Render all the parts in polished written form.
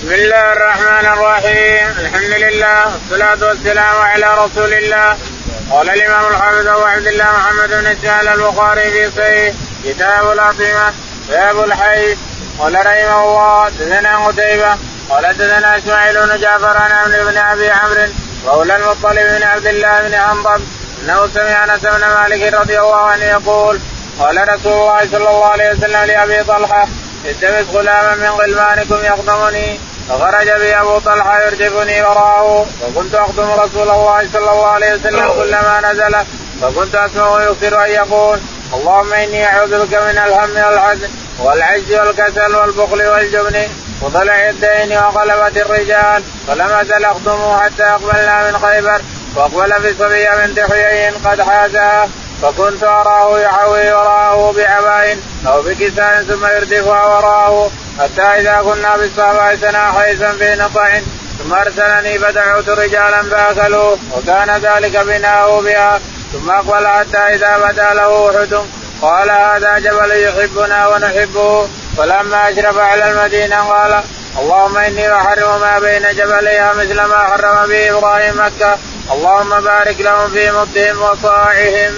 بسم الله الرحمن الرحيم. الحمد لله والصلاة والسلام على رسول الله. قال الإمام الحافظ أبو عبد الله محمد بن إسماعيل البخاري في صحيح كتاب الأطعمة باب الحيض. قال رحمه الله حدثنا قتيبة قال حدثنا إسماعيل بن جعفر عن عمرو بن أبي عمرو مولى المطلب بن عبد الله بن حنظل أنه سمع أنس بن مالك رضي الله عنه يقول قال رسول الله صلى الله عليه وسلم لأبي طلحة التمس غلاما من غلمانكم يخدمني، فخرج بي أبو طلحة يرجفني وراءه، فكنت أخدم رسول الله صلى الله عليه وسلم كلما نزل، فكنت أسمعه يكثر أن يقول اللهم إني أعوذ بك من الهم والحزن والعجز والكسل والبخل والجبن وضلع الدين وغلبة الرجال، فلم أزل أخدمه حتى أقبلنا من خيبر، وأقبل بصبية بنت حيي قد حازها، فكنت أراه يحوي وراءه بعباء أو بكساء ثم يردفها وراءه، حتى إذا كنا بالصحباء سنا حيثا في نطع، ثم أرسلني فدعوت رجالا فأكلوه، وكان ذلك بناءه بها، ثم أقبل حتى إذا بدا له أحد قال هذا جبل يحبنا ونحبه، فلما أشرف على المدينة قال اللهم إني أحرم ما بين جبليها مثل ما حرم به إبراهيم مكة، اللهم بارك لهم في مدهم وصاعهم.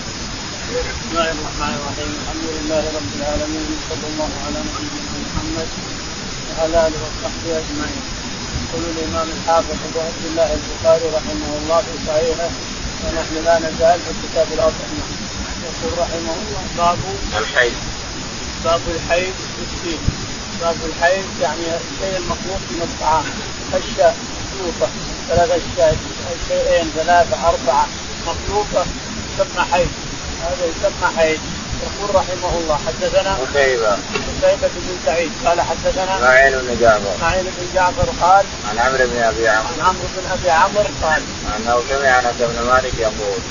بسم الله الرحمن الرحيم. الحمد لله رب العالمين، صلى الله على نبينا محمد وعلى آله وصحبه أجمعين. يقول الإمام الحافظ أبو عبد الله البخاري رحمه الله في صحيحه، ونحن لا نزال في كتاب الأطعمة. يقول رحمه الله باب الحيض. باب الحيض والسين. باب الحيض يعني الشيء المخلوق من الطعام، أشياء مخلوقة، ثلاث أشياء، شيئين ثلاثة أربعة مخلوقة تسمى حيض، هذا يسمى حيض. يقول رحمه الله حدثنا قتيبة بن سعيد قال حدثنا إسماعيل بن جعفر قال عن عمرو بن أبي عمرو قال أنه سمع أنس بن مالك يقول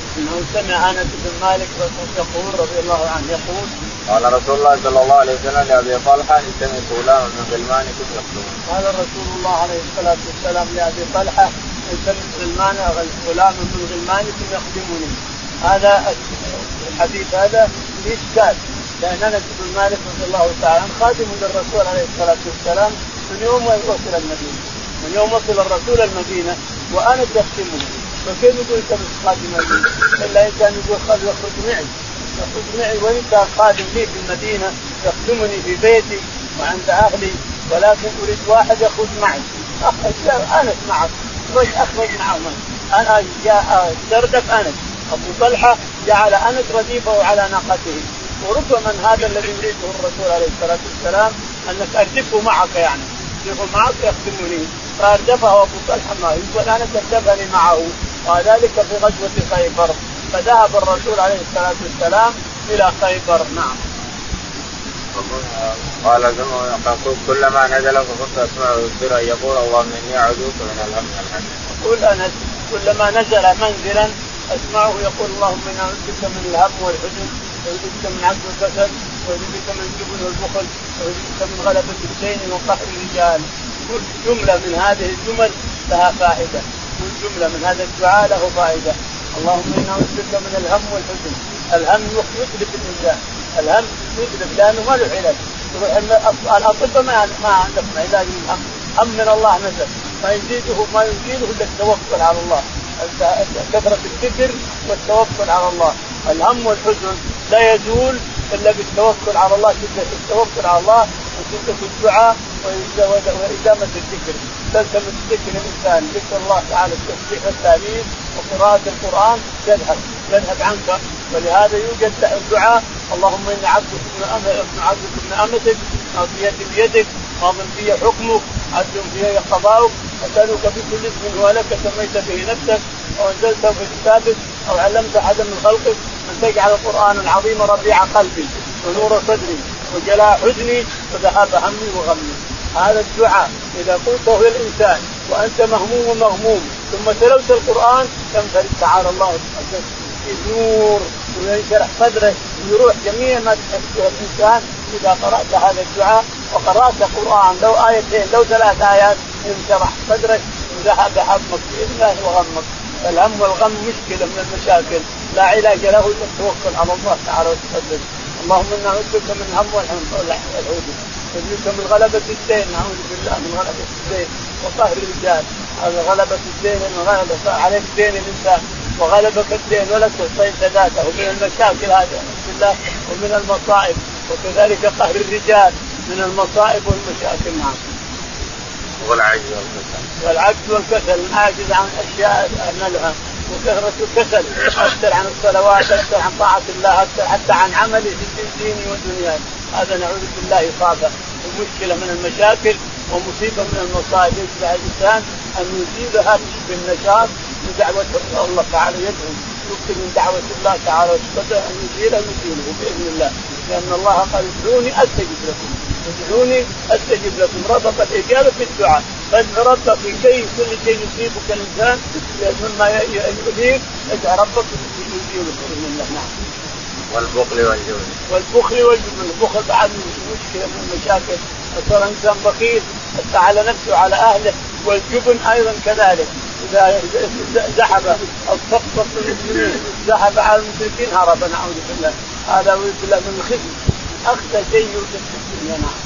رضي الله عنه يقول قال رسول الله صلى الله عليه وسلم لأبي طلحة التمس غلاما من غلمانكم يخدمون. قال رسول الله عليه الصلاة والسلام لأبي طلحة التمس غلاما من غلمانكم يخدمني. هذا الحديث هذا فيه إشكال، لأن أنس بن مالك رضي الله تعالى عنه خادم للرسول عليه الصلاة والسلام من يوم وصل المدينة، من يوم وصل الرسول المدينة وأنا أخدمه، فكيف يقول تمس خادم المدينة؟ إلا إن كان يقول يخرج معي وإن كان خادم لي في المدينة يخدمني في بيتي وعند أهلي، ولكن أريد واحد يخرج معي. أنس معك أخرج معه، أنا جاء تردف أنس. أبو طلحة جعل أنس رديفه على ناقته، وربما هذا الذي يريده الرسول عليه الصلاة والسلام أنك أردفه معك، يعني أردفه معك يخدمني، فأردفه أبو طلحة معه، يقول أنس أردفني معه، وذلك في غزوة خيبر، فذهب الرسول عليه الصلاة والسلام إلى خيبر. نعم. قال كلما نزل فكنت أسمعه يكثر أن يقول اللهم إني أعوذ بك من الهم والحزن. يقول أنس كلما نزل منزلا أسمعه يقول اللهم إني أعوذ بك من الهم والحزن، وأعوذ بك من عجز والكسل، وأعوذ بك من الجبن والبخل، وأعوذ بك من غلبة الدين وقهر الرجال. كل جملة من هذه الجمل لها فائدة، كل جملة من هذا الدعاء له فائدة. اللهم إني أعوذ بك من الهم والحزن. الهم يتلف الإنسان، الهم يتلف لأنه ما له علاج. الأطباء ما عندهم علاج للهم، هم من الله نزل، ما يزيده إلا التوكل على الله، كثرة الذكر والتوكل على الله. الهم والحزن لا يزول إلا بالتوكل على الله، شدة التوكل على الله وشدة الدعاء وإدامة الذكر. تلتمس ذكر الإنسان، ذكر الله تعالى، التسبيح والتهليل وقراءة القرآن يذهب عنك. ولهذا يوجد الدعاء اللهم إني عبدك ابن أمتك، ناصيتي بيدك، ماض في حكمك، عدل في قضاؤك، أسألك بكل اسم هو لك سميت به نفسك أو أنزلته في كتابك أو علمت أحدا من خلقك أن تجعل القرآن العظيم ربيع قلبي ونور صدري وجلاء حزني وذهاب همي وغمي. هذا الدعاء إذا قلته للإنسان وأنت مهموم ومغموم ثم تلوت القرآن تنفرد تعالى الله نور وينشرح صدرك ويروح جميع ما تحسه الإنسان. إذا قرأت هذا الدعاء وقرأت القرآن لو آيتين لو 3 آيات ينشرح صدرك وذهب همك بإذن الله وغمك. الهم والغم مشكلة من المشاكل لا علاج له إلا التوكل على الله تعالى وتقدم. اللهم إنا نعوذ بك من الهم والحزن. يجزيك من غلبة الدين، نعوذ بالله من غلبة الدين وقهر الرجال. هذا غلبة الدين، من غلبة عليك دين الإنسان وغلبك الدين ولك تصيد ذاته، ومن المشاكل هذه بالله ومن المصائب، وكذلك قهر الرجال من المصائب والمشاكل. نعم. والعجز والكسل، عاجز عن أشياء أعملها، وكثرة الكسل أكثر عن الصلوات، أكثر عن طاعة الله، أكثر حتى عن عمله في دينه ودنياه. هذا نعوذ بالله إصابة ومشكلة من المشاكل ومصيبة من المصائب. يجب على الإنسان أن يزيلها بالنشاط بدعوة الله تعالى، يدعو يكتب من دعوة الله تعالى وتقدر أن يزيله بإذن الله، لأن الله قال ادعوني أستجب لكم، ادعوني أستجب لكم. ربط الإجابة في الدعاء، فادع ربك في شيء، كل شيء يصيبك الإنسان مما يؤذيك ادع ربك يجيبك بإذن الله. نعم. والبخل والجبن. البخل بعد مشكلة من المشاكل، صار إنسان بخيل حتى على نفسه وعلى أهله. والجبن أيضا كذلك، إذا زحف أو صفصف المسلمين زحف على المشركين هرب، نعوذ بالله. هذا بالله من الخزي، أخذ شيء يوجد في الدنيا. نعم.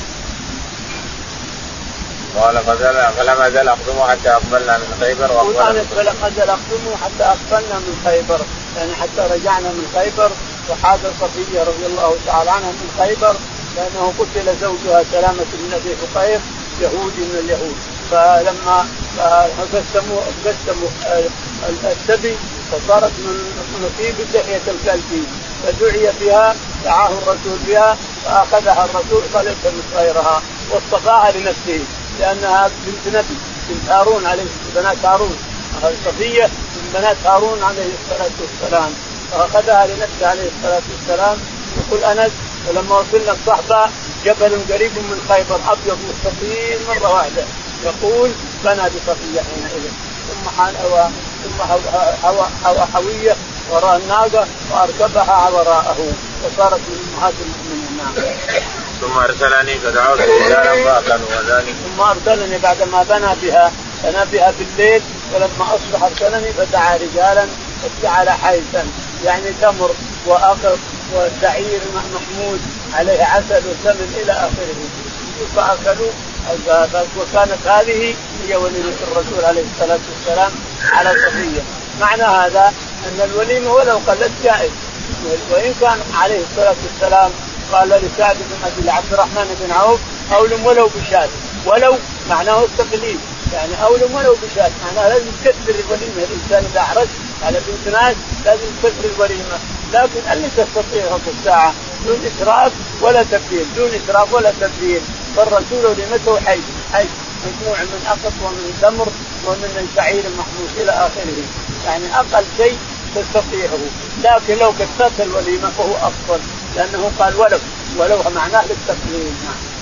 قال فلم أزل أقدم حتى أقبلنا من خيبر. فلم أزل أقدم حتى أقبلنا من خيبر، يعني حتى رجعنا من خيبر. وحاض صفية رضي الله تعالى عنها من خيبر، لأنه قتل زوجها سلامة بن أبي حقيق يهودي من اليهود، فلما قسموا السبي فصارت من نصيب دحية الكلب، فدعي بها، دعاه الرسول بها، فأخذها الرسول فلتمس غيرها واصطفاها لنفسه، لأنها بنت نبي، بنت هارون عليه بنات هارون، صفية من بنات هارون عليه الصلاة والسلام، فأخذها لنفسه عليه الصلاة والسلام. يقول أنس ولما وصلنا الصحبة جبل قريب من خيبر أبيض مستطيل مرة واحدة، يقول بنى بصفية حينئذ، ثم حوية وراء الناقة وأركبها وراءه وصارت من أمهات المؤمنين. نعم. ثم أرسلني فدعوت رجالا فأكلوا وذلك. ثم أرسلني بعدما بنى بها بالليل، ولما أصبح أرسلني فدعا رجالا وجعل حيثا، يعني تمر وأقر وسعير محمود عليه عسل وسمن إلى آخره، فأكلوا. وكانت هذه هي وليمة الرسول عليه الصلاة والسلام على صفية. معنى هذا أن الوليمة ولو قلت جائز، وإن كان عليه الصلاة والسلام قال لسعد بن أبي عبد الرحمن بن عوف أولم ولو بشاة، ولو معناه التقليد، يعني أولم ولو بشاة معناه لازم تكثر الوليمة. الإنسان إذا أعرض على بنت ناس لازم تكثر الوليمة، لكن اللي تستطيع في الساعة دون إسراف ولا تبذير، دون إسراف ولا تبذير. فالرسول وليمته حيث مجموع من أقط ومن تمر ومن شعير محمود إلى آخره، يعني أقل شيء تستطيعه، لكن لو كثرت الوليمة فهو أفضل، لأنه قال ولو معناه للتقليل.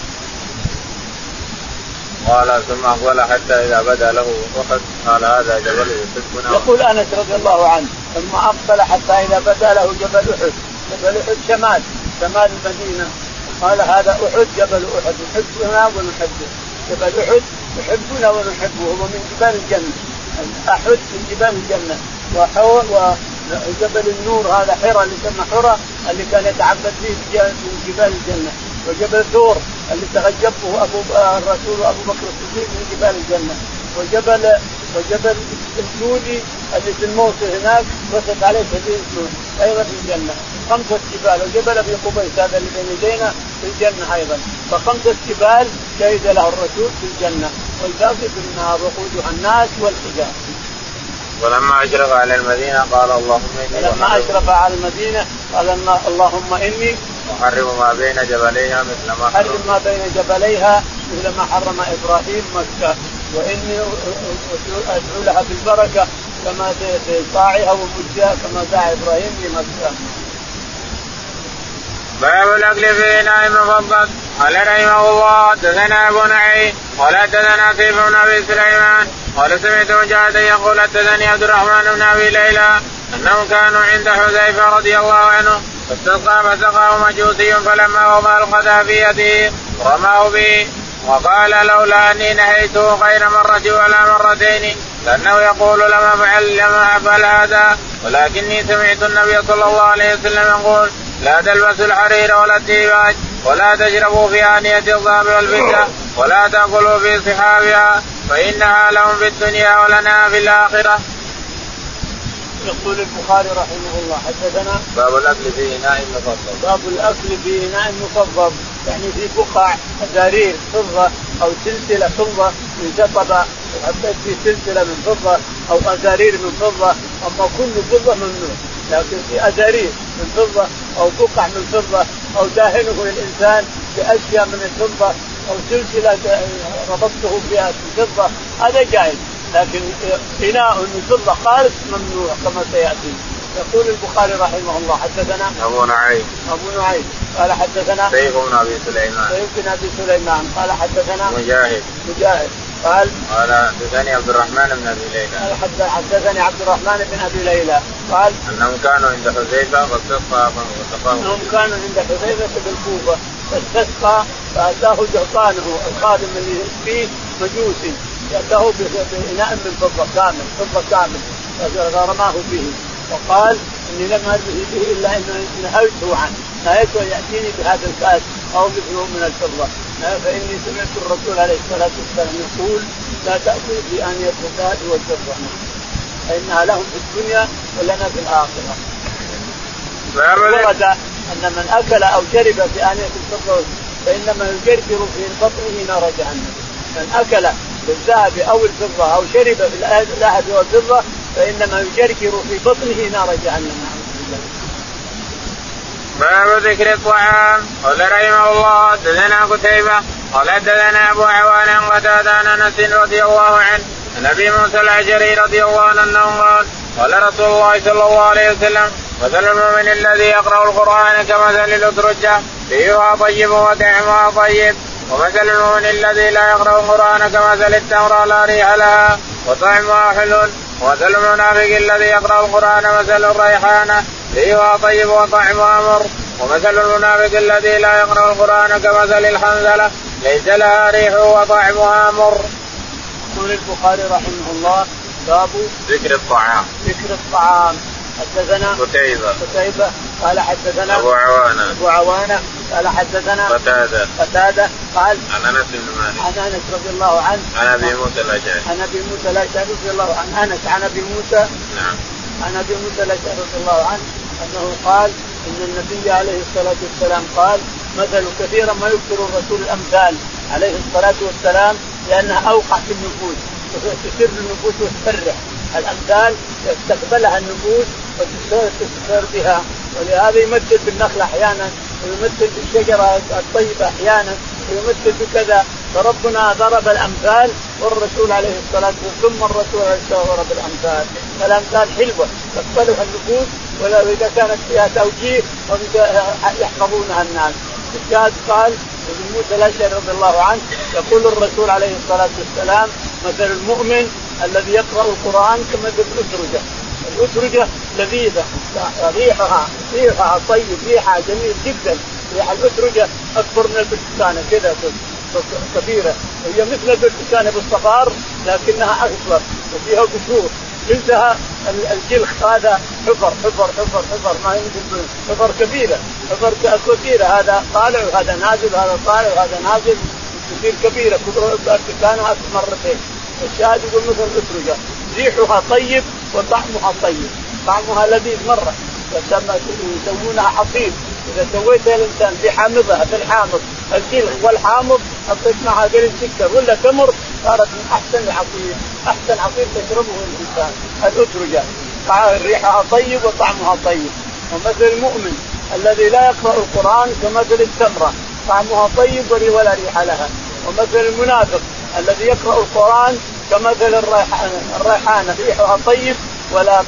قال ثم أقبل حتى إذا بدا له أحد قال هذا جبل يحبنا. يقول أنس رضي الله عنه ثم أقبل حتى إذا بدا له جبل أحد. جبل أحد شمال المدينة، قال هذا أحد، جبل أحد يحبنا ونحبه. جبل أحد يحبنا ونحبه، هو من جبال الجنة. أحد من جبال الجنة، وجبل النور هذا حرى اللي سمى حرى اللي كان يتعبد فيه من جبال الجنة. وجبل ثور اللي تغجبه الرسول وأبو بكر الصديق من جبال الجنة. وجبل الجودي اللي في الموصل هناك وصف عليه سبيل الجود أيضا في الجنة. 5 جبال. وجبل أبي قبيس هذا اللي بين يدينا في الجنة أيضا. ف5 جبال شهد له الرسول في الجنة، والباقي في النار وقودها الناس والحجار. ولما أشرف على المدينة قال اللهم إني لما أشرف على المدينة قال اللهم إني أحرم ما بين جبليها مثل ما حرم إبراهيم مكة، وإني أدعو لها بالبركة كما طاعها ومجها كما دعا إبراهيم لمكة. باب الأكل في إناء مفضل. قال رحمه الله حدثنا أبو نعيم قال حدثنا كيف بن أبي سليمان قال سمعت مجاهدا يقول حدثني عبد الرحمن بن أبي ليلى أنهم كانوا عند حذيفة رضي الله عنه فاستسقى فسقاه مجوسي، فلما وضع الغداء في يده رماه به وقال لولا أني نهيته غير مرة ولا مرتين لأنه يقول لما أفعل هذا، ولكني سمعت النبي صلى الله عليه وسلم يقول لا تلبسوا الحرير ولا الديباج ولا تشربوا في آنية الذهب والفضة ولا تأكلوا في صحافها فإنها لهم في الدنيا ولنا في الآخرة. يقول البخاري رحمه الله حدثنا باب الأكل في إناء مفضل. باب الأكل في إناء مفضل يعني في بقع أزارير فضة أو سلسلة فضة مزطبة وحطيت في سلسلة من فضة أو أزارير من فضة. أما كل فضة ممنوع لكن في أزارير من فضة أو بقع من فضة أو داهنه الإنسان بأشياء من الفضة أو سلسلة ربطته بها من فضة هذا جائز. لكن إناء من فضة خالص ممنوع كما سيأتي. يقول البخاري رحمه الله حدثنا أبو نعيم قال حدثنا سيف بن أبي سليمان قال حدثنا مجاهد قال حدثني عبد الرحمن بن أبي ليلى حدثني عبد الرحمن بن أبي ليلى قال أنهم كانوا عند حذيفة فاستسقى بالكوفة فاستسقى فأتاه جهطانه الخادم اللي فيه مجوسي يأتاه بإناء من فضة كامل فرماه به وقال إني لم أرده به إلا إن نهيته عنه نهيته يأتيني بهذا الكاس أو مثله من الفضة فإني سمعت الرسول عليه الصلاة والسلام يقول لا تأكل في آنية الذهب والفضة فإنها لهم في الدنيا ولنا في الآخرة. ورد أن من أكل أو شرب في آنية الفضة فإنما يجرجر في بطنه نار جهنم. من أكل بالذهب أو الفضة أو شرب بالذهب والفضة فإنما يجرجر في بطنه نار جهنم. باب ذكر الطعام. قال رحمه الله حدثنا قتيبة قال حدثنا أبو عوان قتادة عن أنس رضي الله عنه عن أبي موسى الأشعري رضي الله عنه قال رسول الله صلى الله عليه وسلم مثل المؤمن الذي يقرأ القرآن كمثل الأترجة ريحها طيب وطعمها طيب ومثل المؤمن الذي لا يقرأ القرآن كمثل التمر لا ريح لها وطعمها حلو ومثل المنافق الذي يقرأ القرآن مثل الريحانة ريحها طيب وطعمها مر ومثل المنافق الذي لا يقرأ القرآن كمثل الحنظلة ليس لها ريح وطعمها مر. يقول البخاري رحمه الله باب ذكر الطعام. حدثنا قتيبة قال حدثنا أبو عوانة قال حدثنا قتادة قال عن أنس بن مالك عن أنس رضي الله عنه عن أبي موسى الأشعري رضي الله عن أنس عن أبي موسى عن أبي موسى الأشعري رضي الله عنه أنه قال إن النبي عليه الصلاة والسلام قال مثل كثيرا ما يذكر الرسول الأمثال عليه الصلاة والسلام لأنها أوقع في النفوس وتسر النفوس وتفرح. الأمثال يستقبلها النفوس وتسر بها ولهذا يمثل بالنخل أحيانا ويمثل بالشجرة الطيبة أحيانا ويمثل بكذا. فربنا ضرب الأمثال والرسول عليه الصلاة والسلام ثم الرسول عليه الصلاة والسلام ضرب الأمثال. الأمثال حلوة تقبلها النفوس وإذا كانت فيها توجيه يحفظونها الناس. الشاهد قال ابن موسى الأشعري رضي الله عنه يقول الرسول عليه الصلاة والسلام مثل المؤمن الذي يقرأ القرآن كمثل الأترجة لذيذة ريحها طيب ريحها جميل جدا. ريح الأترجة أكبر من البرتقانة كذا كبيرة وهي مثل البرتقانة بالصغار لكنها أكبر وفيها قشور جلدها الجلخ هذا حفر ما يمكن حفر كبيرة هذا طالع وهذا نازل هذا طالع وهذا نازل تصير كبيرة برتقانها مرتين. الشاهد يقول مثل الأترجة ريحها طيب وطعمها طيب طعمها لذيذ مرة يسمونها حصيد. إذا سويتها الإنسان بحامضها بالحامض الجلخ والحامض حطيت معها قليل سكر ولا تمر صارت من أحسن عصير تشربه الإنسان الأترجة ريحها طيب وطعمها طيب. ومثل المؤمن الذي لا يقرأ القرآن كمثل التمرة طعمها طيب ولا ريح لها. ومثل المنافق الذي يقرأ القرآن كمثل الريحانة ريحها طيب ولا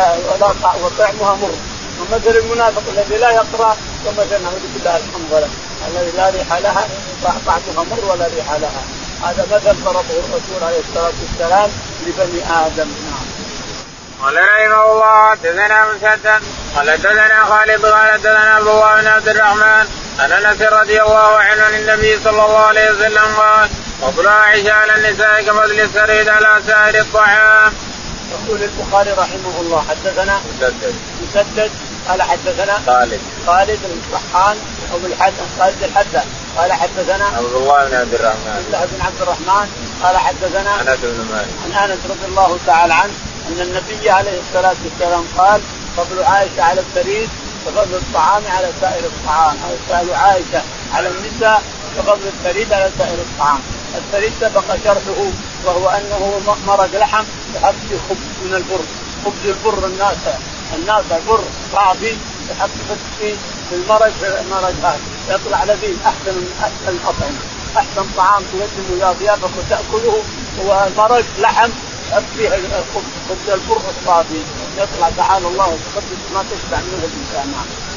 وطعمها مر. ومثل المنافق الذي لا يقرأ كمثل نعوذ بالله الحنظلة الذي لا ريح لها طعمها مر ولا ريح لها. هذا مثل ضربه الرسول عليه الصلاة والسلام لبني آدم. قال رحمه الله حدثنا مسدد قال حدثنا خالد قال حدثنا عبد الله بن عبد الرحمن عن أنس رضي الله عنه عن النبي صلى الله عليه وسلم قال فضل عائشة على النساء كفضل السريد على سائر الطعام. يقول البخاري رحمه الله حدثنا مسدد قال حدثنا خالد بن الطحان ابو الحدث قال حدثنا عبد الله بن عبد الرحمن قال حدثنا انس بن مالك عن انس رضي الله تعالى عنه ان النبي عليه الصلاه والسلام قال فضل عائشه على الثريد كفضل الطعام على سائر الطعام، او فضل عائشه على النساء كفضل الثريد على سائر الطعام. الثريد سبق شرحه وهو انه مرق لحم يحط فيه خبز من البر، خبز البر الناس البر صعبي يحط فيه في المرق هذا يطلع لذيذ احسن من احسن الاطعمه، احسن طعام تقدمه يا ضيافك وتاكله هو المرق لحم يحط فيه خبز البر الصافي يطلع تعالى الله وتقدس ما تشبع منه الانسان.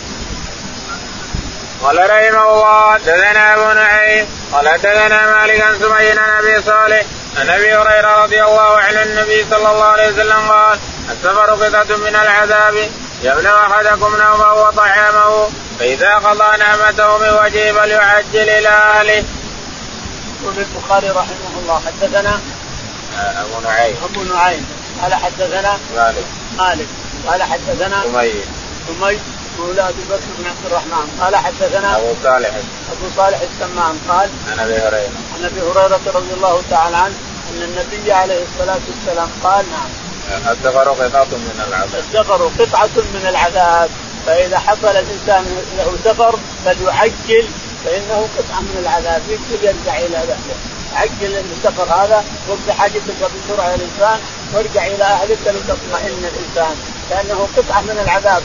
قال رحمه الله حدثنا ابو نعيم قال حدثنا مالك عن سمي عن ابي صالح عن ابي هريره رضي الله عنه النبي صلى الله عليه وسلم قال السفر قطعة من العذاب يمنع احدكم نومه وطعامه فاذا قضى نعمته من وجهه فليعجل الى اهله. يقول البخاري رحمه الله حدثنا ابو نعيم قال حدثنا مالك قال حدثنا سمي مولى ابي بكر بن عبد الرحمن قال حدثنا ابو صالح السمان قال عن ابي هريره رضي الله تعالى عنه ان النبي عليه الصلاه والسلام قال السفر قطعة من العذاب. السفر قطعة من العذاب، فإذا حصل الإنسان له سفر فليعجل فإنه قطعة من العذاب يرجع إلى أهله. عجل السفر هذا وابدأ حاجتك بسرعة الإنسان وارجع إلى أهلك لتطمئن الإنسان لأنه قطعة من العذاب.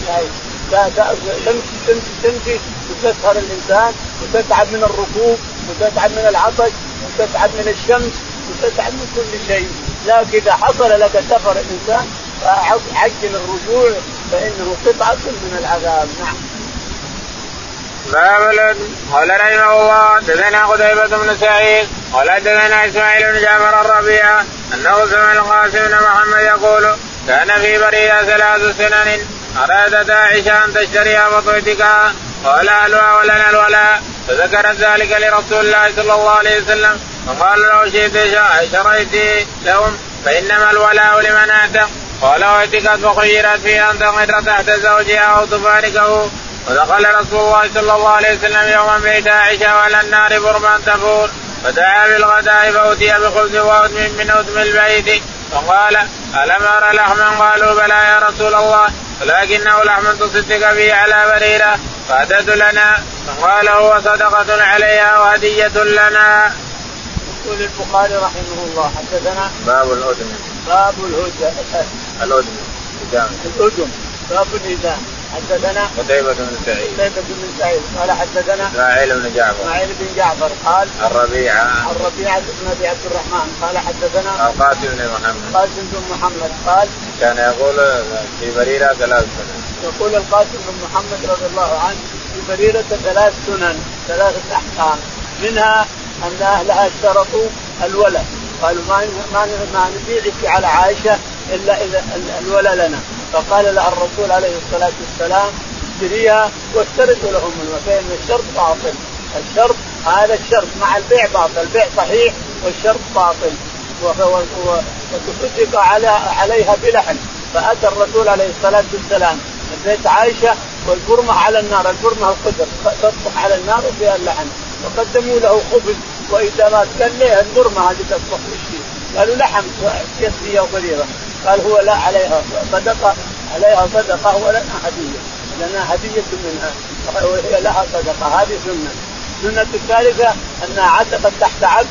تمشي وتسهر الإنسان وتتعب من الركوب وتتعب من العطش وتتعب من الشمس وتتعب من كل شيء، لكن إذا حصل لك سفر الإنسان فعجل الرجوع فإنه قطعة من العذاب. نعم. قال رحمه الله حدثنا قتيبة بن سعيد قال حدثنا إسماعيل بن جعفر الربيعة أنه سمع القاسم بن محمد يقول كان في بريدة 3 سنن أرادت عائشة أن تشتريها فطعتكها قال أهلها ولنا الولاء، فذكرت ذلك لرسول الله صلى الله عليه وسلم فقال له شريت لهم فإنما الولاء لمن أعتق. قال واعتقت فخيرت فيها أن تقر تحت زوجها أو تفارقه. ودخل رسول الله صلى الله عليه وسلم يوما بيت عائشة وعلى النار برمان تفور فدعا بالغداء فأتي بخبز وأدم من أدم البيت فقال ألم أرى لحما؟ قالوا بلى يا رسول الله ولكنه لحم تصدق به على بريرة فأتت لنا فقال هو صدقة عليها وهدية لنا. يقول البخاري رحمه الله حدثنا باب الأدم باب الإدام حدثنا قتيبة بن سعيد قال حدثنا إسماعيل بن جعفر قال الربيعة بن أبي عبد الرحمن قال حدثنا القاسم بن محمد قال كان يقول في بريرة 3 سنن. يقول القاسم بن محمد رضي الله عنه في بريرة 3 سنن 3 أحكام، منها أن أهلها اشترطوا الولد، قالوا ما نبيعك على عائشة إلا إذا الولد لنا، فقال لها الرسول عليه الصلاة والسلام اشتريها واشترطوا لهم فإن الشرط باطل. الشرط هذا الشرط مع البيع باطل، البيع صحيح والشرط باطل. وتصدق عليها بلحم، فأتى الرسول عليه الصلاة والسلام من بيت عائشة والبرمة على النار، البرمة القدر تطبخ على النار وفيها اللحم، وقدموا له خبز وإذا ما كان ليه البرمة هذه تطبخ بالشيء قالوا لحم يسرية وقريرة، قال هو لا عليها صدقة ولنا هدية منها وهي لها صدقة. هذه سنة الثالثة أنها عتقت تحت عبد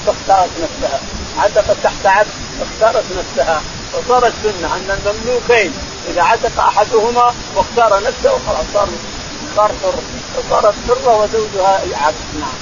فاختارت نفسها وصارت سنة أن المملوكين إذا عتق أحدهما واختار نفسه وخلاص صار حر وصارت حرة وزوجها عبد. نعم.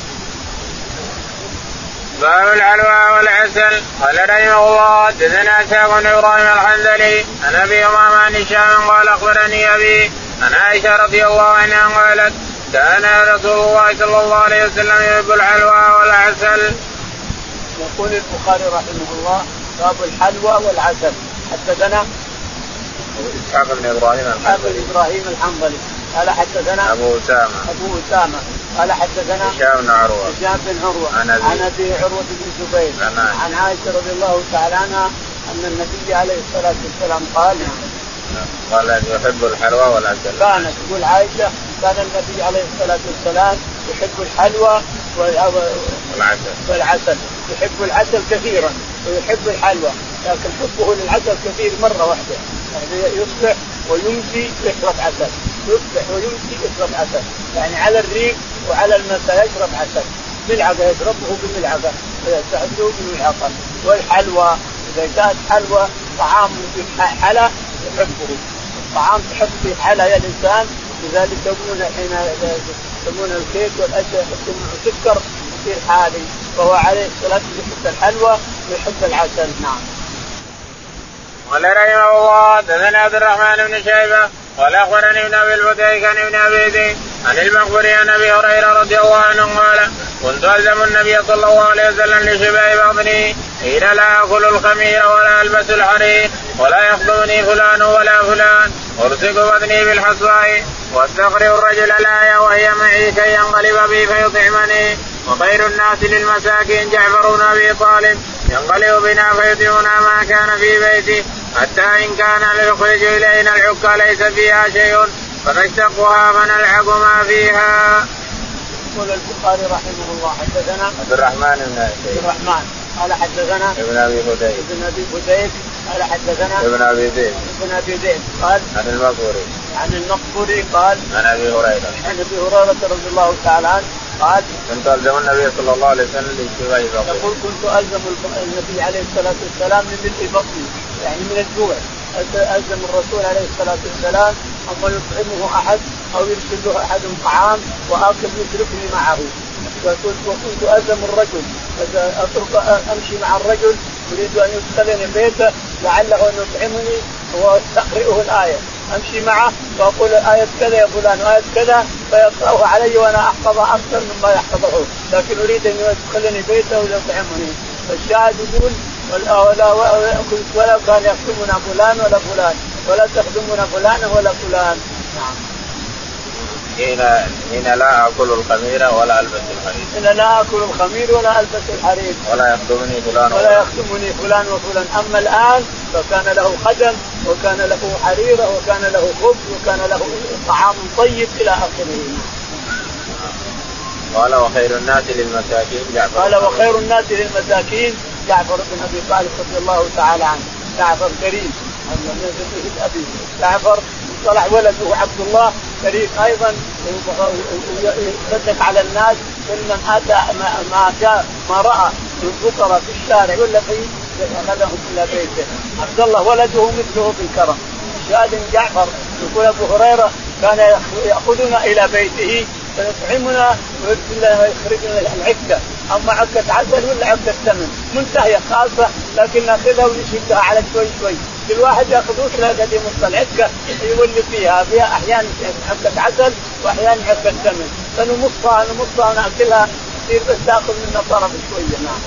باب الحلوى والعسل. قال رحمه الله حدثنا إسحاق بن إبراهيم الحنظلي عن أبي أمامة عن هشام قال أخبرني أبي عن عائشة رضي الله عنها قالت كان رسول الله صلى الله عليه وسلم يحب الحلوى والعسل. يقول البخاري رحمه الله باب الحلوى والعسل. حدثنا إسحاق بن إبراهيم الحنظلي قال حدثنا أبو أسامة قال حدثنا هشام بن عروة عن أبي عروة بن الزبير عن عائشة رضي الله تعالى عنها أن النبي عليه الصلاة والسلام قال يحب الحلوى والعسل. كانت تقول عائشة كان النبي عليه الصلاة والسلام يحب الحلوى والعسل، يحب العسل كثيرا ويحب الحلوى، لكن حبه للعسل كثير مرة واحدة، يعني يصبح ويمسي يشرب عسل، يصبح ويمسي يشرب عسل، يعني على الريق وعلى المساء يشرب عسل، ملعقة يشربه بملعقة ويستحسه بملعقة. والحلوى إذا كانت حلوى طعام في حلا يحبه، طعام تحب في حلا يا الإنسان، لذلك يسمون الكيك والأشياء يسمونه سكر يصير حالي، فهو عليه الصلاة يحب الحلوى ويحب العسل. نعم. قال رحمه الله حدثنا عبد الرحمن بن شيبة قال أخبرني ابن أبي الفتيك عن ابن أبي ذئب عن المقبري عن أبي هريرة رضي الله عنه قال كنت ألزم النبي صلى الله عليه وسلم لشباب بطني حين لا أكل الخمير ولا ألبس الحرير ولا يخدمني فلان ولا فلان أرسك بطني بالحصاء واستقرئ الرجل الآية وهي معي كي ينقلب بي فيطعمني وخير الناس للمساكين جعفر بن أبي طالب ينقلب بنا فيطعمنا ما كان في بيته حتى إن كان ليخرج إلينا العكا ليس فيها شيء فنشتقها فنلعق ما فيها. يقول البخاري رحمه الله حدثنا عبد الرحمن قال حدثنا ابن أبي فتيك قال حدثنا ابن أبي ذئب قال عن المقبري قال عن أبي هريرة رضي الله تعالى عنه قال كنت ألزم النبي صلى الله عليه وسلم لاشتباع بطني. يقول كنت ألزم النبي عليه الصلاة والسلام من ملء بطني، يعني من الجوع ألزم الرسول عليه الصلاة والسلام أما يطعمه أحد أو يرسل له أحد طعام وآكل يشركني معه. وكنت ألزم الرجل أمشي مع الرجل يريد أن يدخلني بيته لعله أن يطعمني واستقرئه الآية، أمشي معه وأقول آية كذا يا فلان آية كذا فيقرأه علي وأنا أحفظها أكثر مما يحفظه، لكن أريد أن يدخلني بيته ويطعمني. فالشاهد يقول ولا كان يخدمنا فلان ولا فلان ولا تخدمنا فلان ولا فلان. نعم. حين لا أكل الخمير ولا ألبس الحرير. حين لا أكل الخمير ولا ألبس الحرير. ولا يخدمني فلان وفلان. أما الآن فكان له خدم وكان له حريرة وكان له خبز وكان له طعام طيب إلى آخره. قال وخير الناس للمساكين جعفر بن أبي طالب رضي الله تعالى عنه. جعفر كريم جعفر طلع ولده عبد الله كريم أيضا يصدق على الناس كل من أتى ما رأى من فقراء في الشارع ولا في أخذهم إلى بيته. عبد الله ولده مثله في الكرم. شاهد جعفر يقول أبو هريرة كان يأخذنا إلى بيته فيطعمنا ويخرج لنا العكة، أما عكة عسل ولا عكة سمن منتهية خاصة لكن نأخذها ونشدها على شوي كل واحد يأخذوه لا قد يمص العكة يولي فيها أحيانا عكة عسل وأحيانا عكة سمن فنمصها ونأكلها تصير بس تأخذ منها طرف شوية. نعم.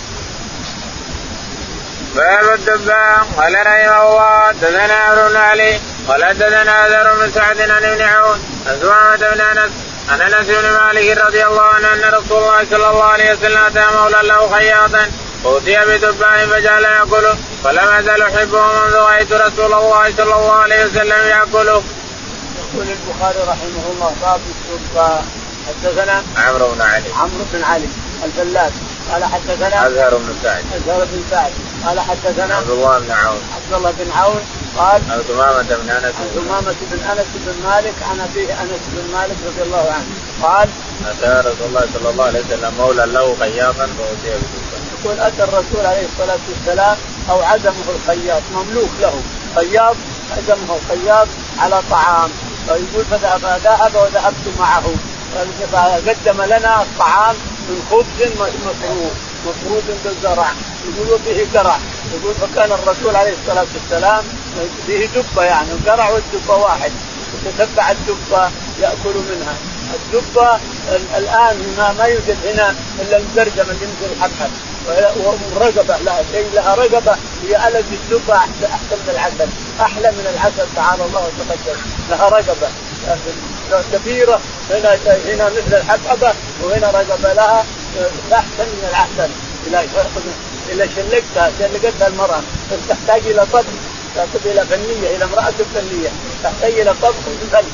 باب الدباء. قال رحمه الله حدثنا عمرو بن علي قال حدثنا أذر بن سعد عن ابن عون عن سمامة بن أنس عن أنس بن مالك رضي الله عنه أن رسول الله صلى الله عليه وسلم أتى مولى له خياطا فأتي بدباء فجعل يأكله فلم أزل أحبه منذ رأيت رسول الله صلى الله عليه وسلم يأكله. يقول البخاري رحمه الله باب الدباء. حدثنا عمرو بن علي الفلاس قال حدثنا أزهر بن سعد قال حدثنا عبد الله بن عون قال عن ثمامة بن أنس بن مالك عن أبيه أنس بن مالك رضي الله عنه قال أتى رسول الله صلى الله عليه وسلم مولى له خياطا فأتي بدباء. يقول أتى الرسول عليه الصلاة والسلام أو عزمه الخياط مملوك له خياط عزمه الخياط على طعام فيقول فذهب وذهبت معه فقدم لنا الطعام من خبز مفروض بالزرع يقول به زرع. يقول فكان الرسول عليه الصلاة والسلام فيه دبة يعني الزرع والدبة واحد يتتبع الدبة يأكل منها. الدبة الآن ما يوجد هنا إلا المترجمة اللي مثل الحبحب ورقبة لا شيء لها رقبة هي ألد الدبة أحسن من العسل أحلى من العسل تعالى الله وتقدم لها رقبة كبيرة هنا مثل الحبحبة وهنا رقبة لها أحسن من العسل إلى شلقتها المرأة تحتاج إلى طبخ تحتاج إلى فنية إلى امرأة فنية تحتاج إلى طبخ وفن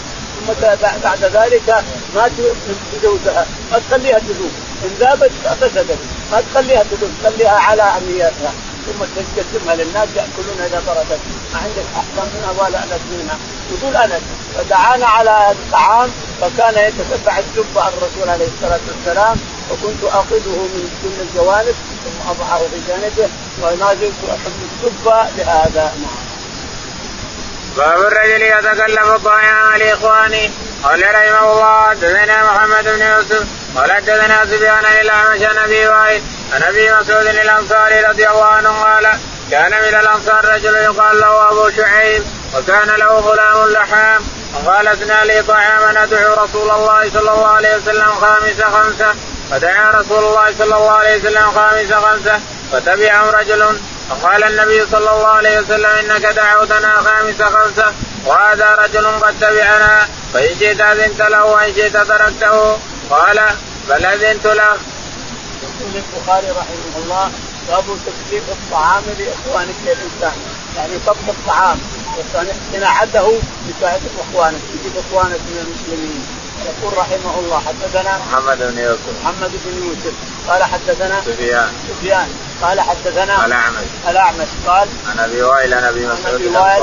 ثم بعد ذلك ما تزوجها، ما تخليها تذوب، إن ذابت فسدت، ما تخليها تذوب، خليها على أنياتها، ثم تقدمها للناس يأكلون إذا بردت، ما عندك أحسن منها ولا أنس منها. يقول أنس فدعانا على الطعام فكان يتتبع الدب عن الرسول عليه الصلاة والسلام، وكنت أخذه من كل الجوانب ثم أضعه في جانبه وما زلت أحب الدب لهذا. باب الرجل يتكلم الطعام لإخوانه. قال رحمه الله حدثنا محمد بن يوسف قال حدثنا سفيان عن الأعمش عن أبي وائل عن أبي مسعود الأنصاري رضي الله عنه قال كان من الأنصار رجل يقال له أبو شعيب وكان له غلام لحام وقالتنا لي طعاما أدعو رسول الله صلى الله عليه وسلم خامس خمسة فدعا رسول الله صلى الله عليه وسلم خامس خمسة فتبعهم رجل فقال النبي صلى الله عليه وسلم إنك دعوتنا خامس خمسة وهذا رجل قد تبعنا فإن شئت أذنت له وإن شئت تركته قال بل أذنت له. يقول البخاري رحمه الله باب تكليف الطعام لإخوانك الإنسان، يعني طبخ الطعام صناعته لسائر إخوانك، تجيب إخوانك من المسلمين. يقول رحمه الله حدثنا محمد بن يوسف قال حدثنا سفيان قال حدثنا الأعمش قال عن أبي وائل عن أبي مسعود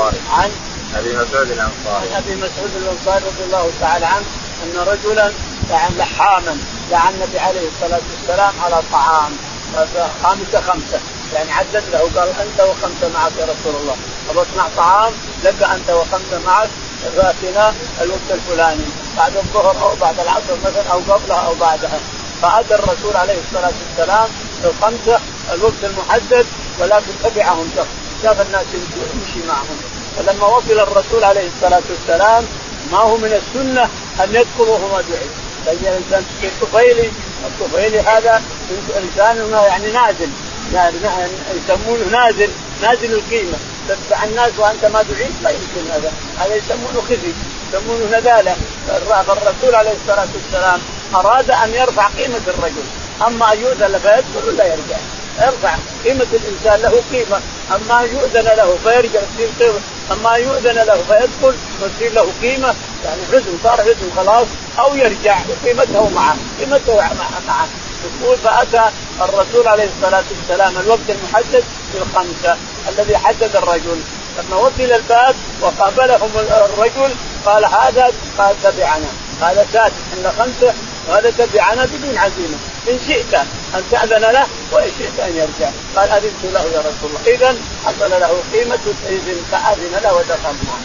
الأنصاري رضي الله تعالى عنه أن رجلا لحاما دعا النبي عليه الصلاة والسلام على طعام خمسة، يعني عدد له قال أنت وخمسة معك يا رسول الله، أصنع طعام لك أنت وخمسة معك فاتنا الوقت الفلاني بعد الظهر أو بعد العصر مثلا أو قبلها أو بعدها. فأتى الرسول عليه الصلاة والسلام الخمسة الوقت المحدد ولكن تبعهم شاف الناس يمشي معهم. فلما وصل الرسول عليه الصلاة والسلام ما هو من السنة أن يدخل وهو دعي، لأن الإنسان الطفيلي هذا إنسان يعني نازل، يعني يسمونه نازل القيمة، تتبع الناس وأنت ما دعيت لا يمكن هذا يسمونه خزي، يسمونه نذالة. فالرسول عليه الصلاة والسلام أراد أن يرفع قيمة الرجل، أما يؤذن فيدخل لا يرجع، يرفع قيمة الإنسان له قيمة، أما يؤذن له فيرجع تصير قيمة، أما يؤذن له فيدخل تصير له قيمة، يعني حزن صار حزن خلاص أو يرجع قيمته معه معه. يقول فأتى الرسول عليه الصلاة والسلام الوقت المحدد في الخمسة الذي حدد الرجل. لما وصل الباب وقابلهم الرجل قال هذا قال تبعنا، هذا سادس إن خمسة وهذا تبعنا بدون عزيمة، إن شئت أن تأذن له وإن شئت أن يرجع. قال أذنت له يا رسول الله. إذن حصل له قيمة الإذن فأذن له ودخل معه.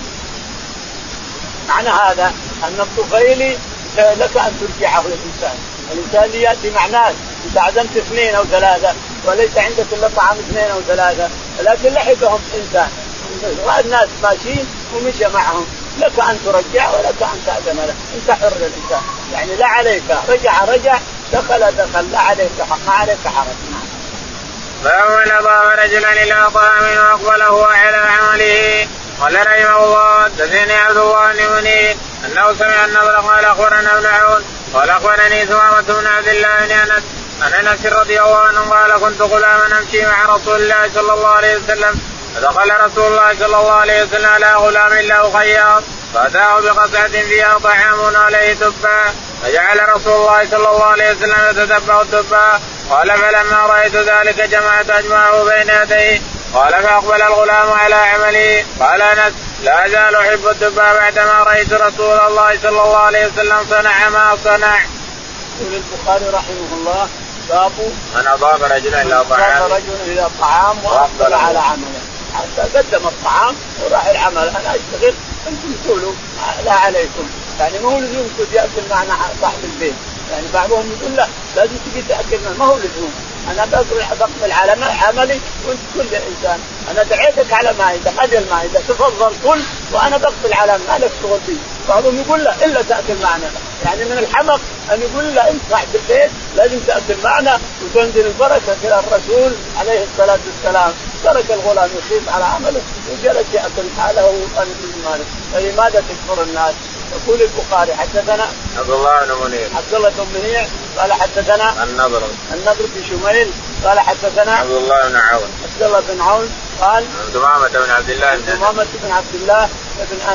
معنى هذا أن الطفيلي لك أن ترجعه للإنسان، الإنسان يأتي مع ناس، إذا عزمت 2 أو 3 وليس عندك إلا طعام 2 أو 3 لكن لحقهم إنسان والناس ماشيين ومشى معهم، لك أن ترجع ولك أن تأذن له، أنت حر الإنسان، يعني لا عليك رجع دخل لا عليك ما عليك حرج. باب نظام رجلا إلى طعام وأقبله على عمله. قال رحمه الله حدثني عبد الله بن منير أنه سمع النضر قال أخبرنا ابن عون قال أخبرني ثمامة بن عبد الله بن أنس عن أنس رضي الله عنه قال كنت غلاما أمشي مع رسول الله صلى الله عليه وسلم فدخل رسول الله صلى الله عليه وسلم على غلام له خياط فأتاه بقطعة فيها طعام عليه دبا فجعل رسول الله صلى الله عليه وسلم يتتبع الدبا. قال فلما رأيت ذلك جمعت أجمعه بين يديه. قال فأقبل الغلام على عمله. قال أنس لا أزال أحب الدبا بعدما رأيت رسول الله صلى الله عليه وسلم صنع ما صنع. يقول البخاري رحمه الله باب من أضاف رجلا إلى طعام وأقبل على عمله، حتى قدم الطعام وراح العمل، أنا أشتغل أنتم تقولوا لا عليكم، يعني ما هو لزوم يأكل معنا صاحب البيت، يعني بعضهم يقول لا لازم تجي تأكل ما هو لزوم، أنا بقبل على عملي وأنت كل إنسان، أنا دعيتك على مائدة خذ المائدة تفضل كل وأنا بقبل على ما لك شغل فيه. بعضهم يقول لا إلا تأكل معنا، يعني من الحمق أن يقول لا أنت صاحب البيت لازم تأكل معنا وتنزل البركة إلى الرسول عليه الصلاة والسلام. ترك الغلام يخيف على عمله وجلس يأكل حاله وأن المال، فلماذا تكفر الناس؟ يقول البخاري حدثنا عبد الله بن منيع قال حدثنا النضر بن شميل قال حدثنا عبد الله بن عون قال ثمامة بن عبد الله بن أنس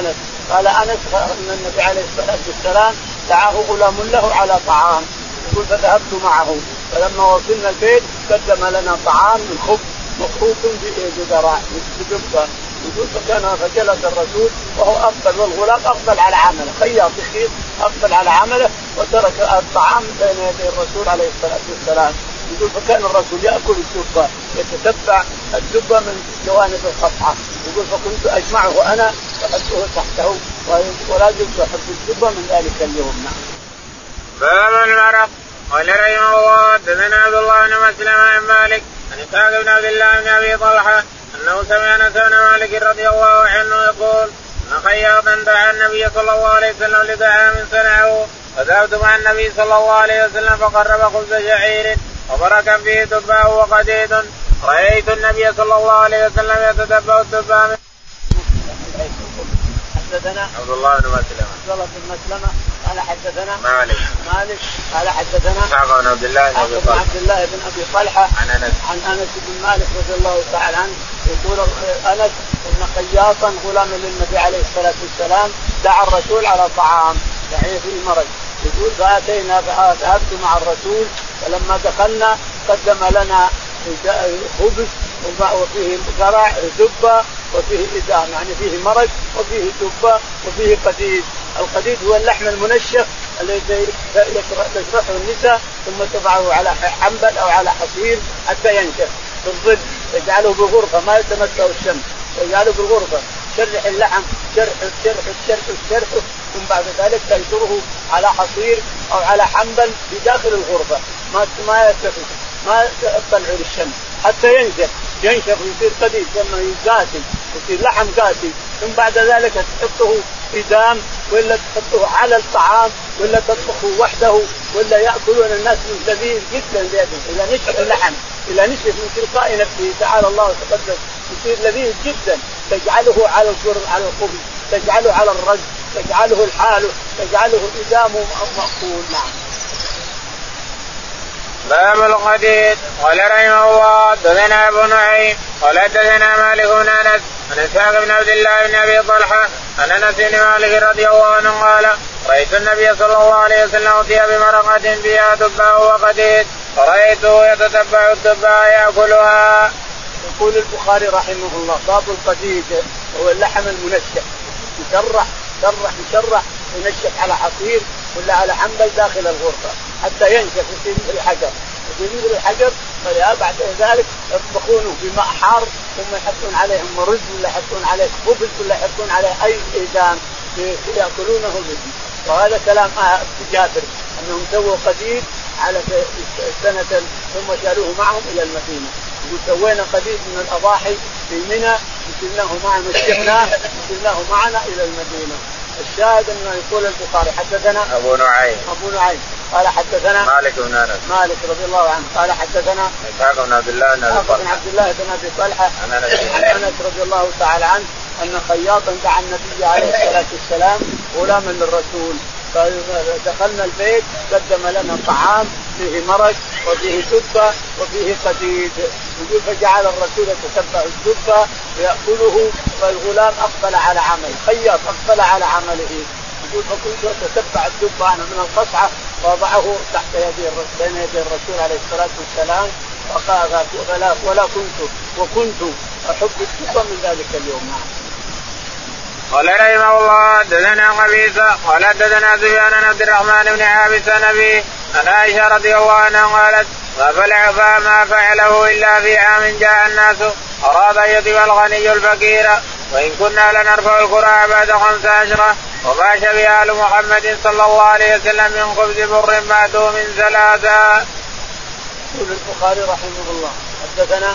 قال أنس أن النبي عليه الصلاة والسلام دعاه غلام له على طعام، يقول فذهبت معه، فلما وصلنا البيت قدم لنا طعام من خبز مخروط بذراع بدبة، يقول فجلس الرسول وهو أفضل والغلام أفضل على عمله، خياط خير أفضل على عمله، وترك الطعام بين يدي الرسول عليه الصلاة والسلام. يقول فكان الرسول يأكل الدبة، يتتبع الدبة من جوانب القطعة، يقول فكنت أجمعه أنا فأدعه تحته، ولا زلت أحب الدبة من ذلك اليوم. باب المرق. قال رحمه الله حدثنا عبد الله بن مسلم عن مالك عن إسحاق بن عبد الله بن أبي طلحة أنه سمع أنس بن مالك رضي الله عنه يقول أن خياطا دعا النبي صلى الله عليه وسلم لطعام صنعه، فذهبت مع النبي صلى الله عليه وسلم فقرب خبز شعير وبركا فيه دباء وقديد، رأيت النبي صلى الله عليه وسلم يتتبع الدباء. حدثنا عبد الله بن مسلمة. عبد الله بن مسلمة قال حدثنا مالك قال حدثنا إسحاق بن عبد الله بن أبي طلحة عن أنس بن مالك رضي الله تعالى عنه يقول أنس إن خياطا غلام للنبي عليه الصلاة والسلام دعا الرسول على طعام يعني فيه مرض، يقول فذهبت مع الرسول، فلما دخلنا قدم لنا خبز وفيه زرع دبة وفيه إدام يعني فيه مرق وفيه دبة وفيه قديد. القديد هو اللحم المنشف الذي تشرحه النساء ثم تضعه على حنبل أو على حصير حتى ينشف في الظل، يجعله بغرفة ما يتمسه الشمس، يجعله بالغرفة شرح اللحم شرح ثم بعد ذلك تنشره على حصير أو على حنبل في داخل الغرفة ما يتفق ما يطلع للشمس حتى ينشف ويصير قديد ثم يقاسي يصير لحم قاسي، ثم بعد ذلك تحطه في دام ولا تحطه على الطعام ولا تطبخه وحده ولا يأكلون الناس من لذيذ جدا إذا نشف اللحم إذا نشف من تلقاء نفسه تعالى الله وتقدس يصير لذيذ جدا، تجعله على الخبز تجعله على الرز تجعله الحال تجعله إدام مأكول. نعم. باب القديد. قال رحمه الله حدثنا أبو نعيم قال حدثنا مالك بن أنس عن إسحاق بن عبد الله بن أبي طلحة عن أنس بن مالك رضي الله عنه قال رأيت النبي صلى الله عليه وسلم أتي بمرقة فيها دباء وقديد فرأيته يتتبع الدباء يأكلها. يقول البخاري رحمه الله باب القديد هو اللحم المنشف يشرح ينشف على حصير ولا على حنبل داخل الغرفة حتى ينشف يصير مثل الحجر بعد ذلك يطبخونه بماء حار ثم يحطون عليهم رز ولا يحطون عليه خبز ولا يحطون عليه أي إدام يأكلونه به. وهذا كلام جابر أنهم سووا قديد على سنة ثم شالوه معهم إلى المدينة، سوينا قديد من الأضاحي في منى مسكناه معنا إلى المدينة. الشاهد أنه يقول البخاري حدثنا أبو نعيم قال حدثنا مالك بن أنس رضي الله عنه قال حدثنا إسحاق بن عبد الله بن أبي طلحة عن أنس رضي الله تعالى عنه أن خياطا دعا النبي عليه الصلاة والسلام غلاما للرسول، فدخلنا البيت قدم لنا طعام فيه مرق وفيه دبة وفيه قديد، يقول فجعل الرسول يتتبع الدبة ويأكله، والغلام أقبل على عمل خياط أقبل على عمله، يقول فكنت أتتبع الدبة أنا من القصعة وضعه تحت بين يدي الرسول عليه الصلاة والسلام وكنت أحب الدبة من ذلك اليوم. قال رحمه الله حدثنا قبيصة قال حدثنا سفيان بن عبد الرحمن بن عابس نبي عن عائشة رضي الله عنها قالت ما فعله إلا في عام جاء الناس أراد أن يطيب الغني الفقير وإن كنا لنرفع القرى بعد 15 وما شبه آل محمد صلى الله عليه وسلم من خبز بر معدوم 3. يقول البخاري رحمه الله حدثنا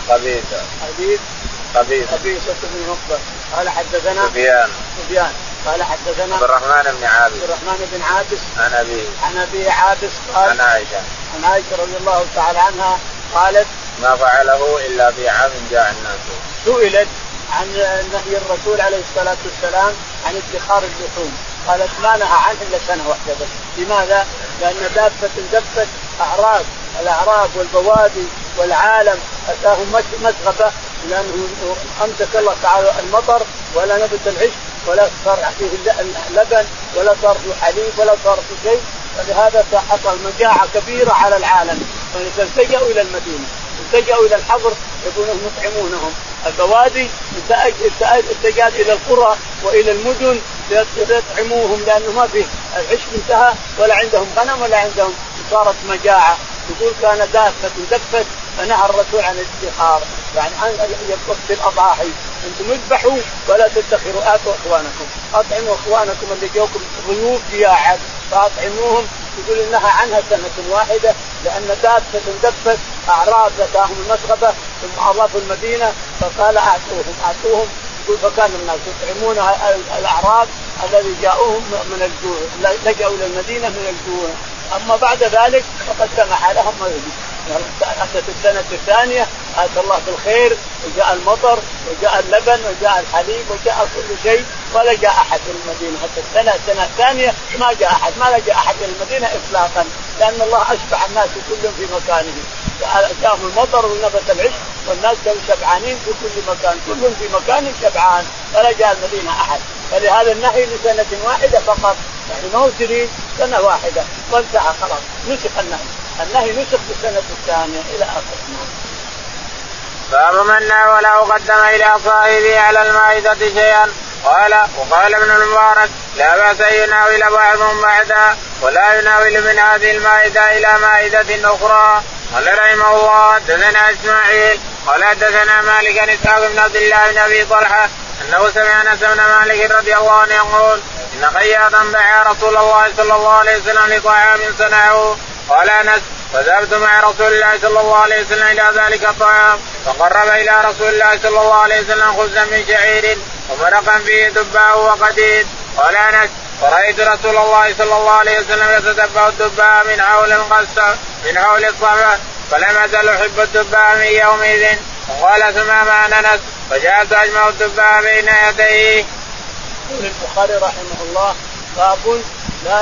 قبيصة بن عقبة قال حدثنا سفيان قال حدثنا عبد الرحمن بن عابس عن أبي عابس قال عن عائشة رضي الله تعالى عنها قالت ما فعله إلا في عام جاء الناس. سئلت عن نهي الرسول عليه الصلاة والسلام عن ادخار اللحوم، قالت ما نهى عنه إلا سنة واحدة بس. لماذا؟ لأن دبت الأعراب والبوادي والعالم أتاهم مسغبة، لأنه أمسك الله تعالى المطر ولا نبت العشب ولا صار فيه لبن ولا صار فيه حليب ولا صار فيه شيء. فلهذا حصل مجاعة كبيرة على العالم، فالتجأوا إلى المدينة، التجأوا إلى الحضر يكونوا يطعمونهم. البوادي اتجهت إلى القرى وإلى المدن يطعموهم، لأنه ما فيه العشب انتهى ولا عندهم غنم ولا عندهم، صارت مجاعة. يقول كان دافة دفت فنهى الرسول عن الادخار، يعني وقت الأضاحي أنتم اذبحوا ولا تدخروا، آتوا إخوانكم، أطعموا إخوانكم اللي جوكم ضيوف جياعات فأطعموهم. يقول إنها عنها سنة واحدة، لأن دافة دفت أعراب ذاتهم المسغبة ثم أضافوا المدينة فقال أعطوهم. يقول فكان الناس يطعمون الأعراب الذي جاءوهم من الجوع، لجأوا إلى المدينة من الجوع. أما بعد ذلك فقد سمح لهم ما يريد. أتت السنة الثانية آتى الله بالخير، وجاء المطر وجاء اللبن وجاء الحليب وجاء كل شيء، ولا جاء أحد إلى المدينة. حتى السنة الثانية ما جاء أحد إلى المدينة إطلاقا، لأن الله أشبع الناس كلهم في مكانه. جاءهم المطر ونبت العشب والناس كانوا شبعانين في كل مكان، كلهم في مكان شبعان، ولا جاء المدينة أحد. فلهذا النهي لسنة واحدة فقط، يعني ما هو سنة واحدة وانتهى خلاص، نسخ النهي نسخ بالسنة الثانية إلى آخره. باب من ولا قدم إلى صاحبه على المائدة شيئا. وقال ابن المبارك لا بأس أن يناول بعضهم بعدا ولا يناول من هذه المائدة إلى مائدة أخرى. قال رحمه الله حدثنا إسماعيل قال حدثنا مالك عن إسحاق بن عبد الله بن أبي طلحة أنه سمع أنس بن مالك رضي الله عنه يقول إن خياطا باع رسول الله صلى الله عليه وسلم لطعام صنعه. قال أنس فذهبت مع رسول الله صلى الله عليه وسلم إلى ذلك الطعام فقرب إلى رسول الله صلى الله عليه وسلم خبزا من شعير ومرقا فيه دباء وقديد. قال أنس فرأيت رسول الله صلى الله عليه وسلم يتتبع الدباء من حول الصفا فلم أزل أحب الدباء من يومئذ. وقال ثمامة عن أنس فجاءت أجمع الدباء بين يديه. يقول البخاري رحمه الله باب لا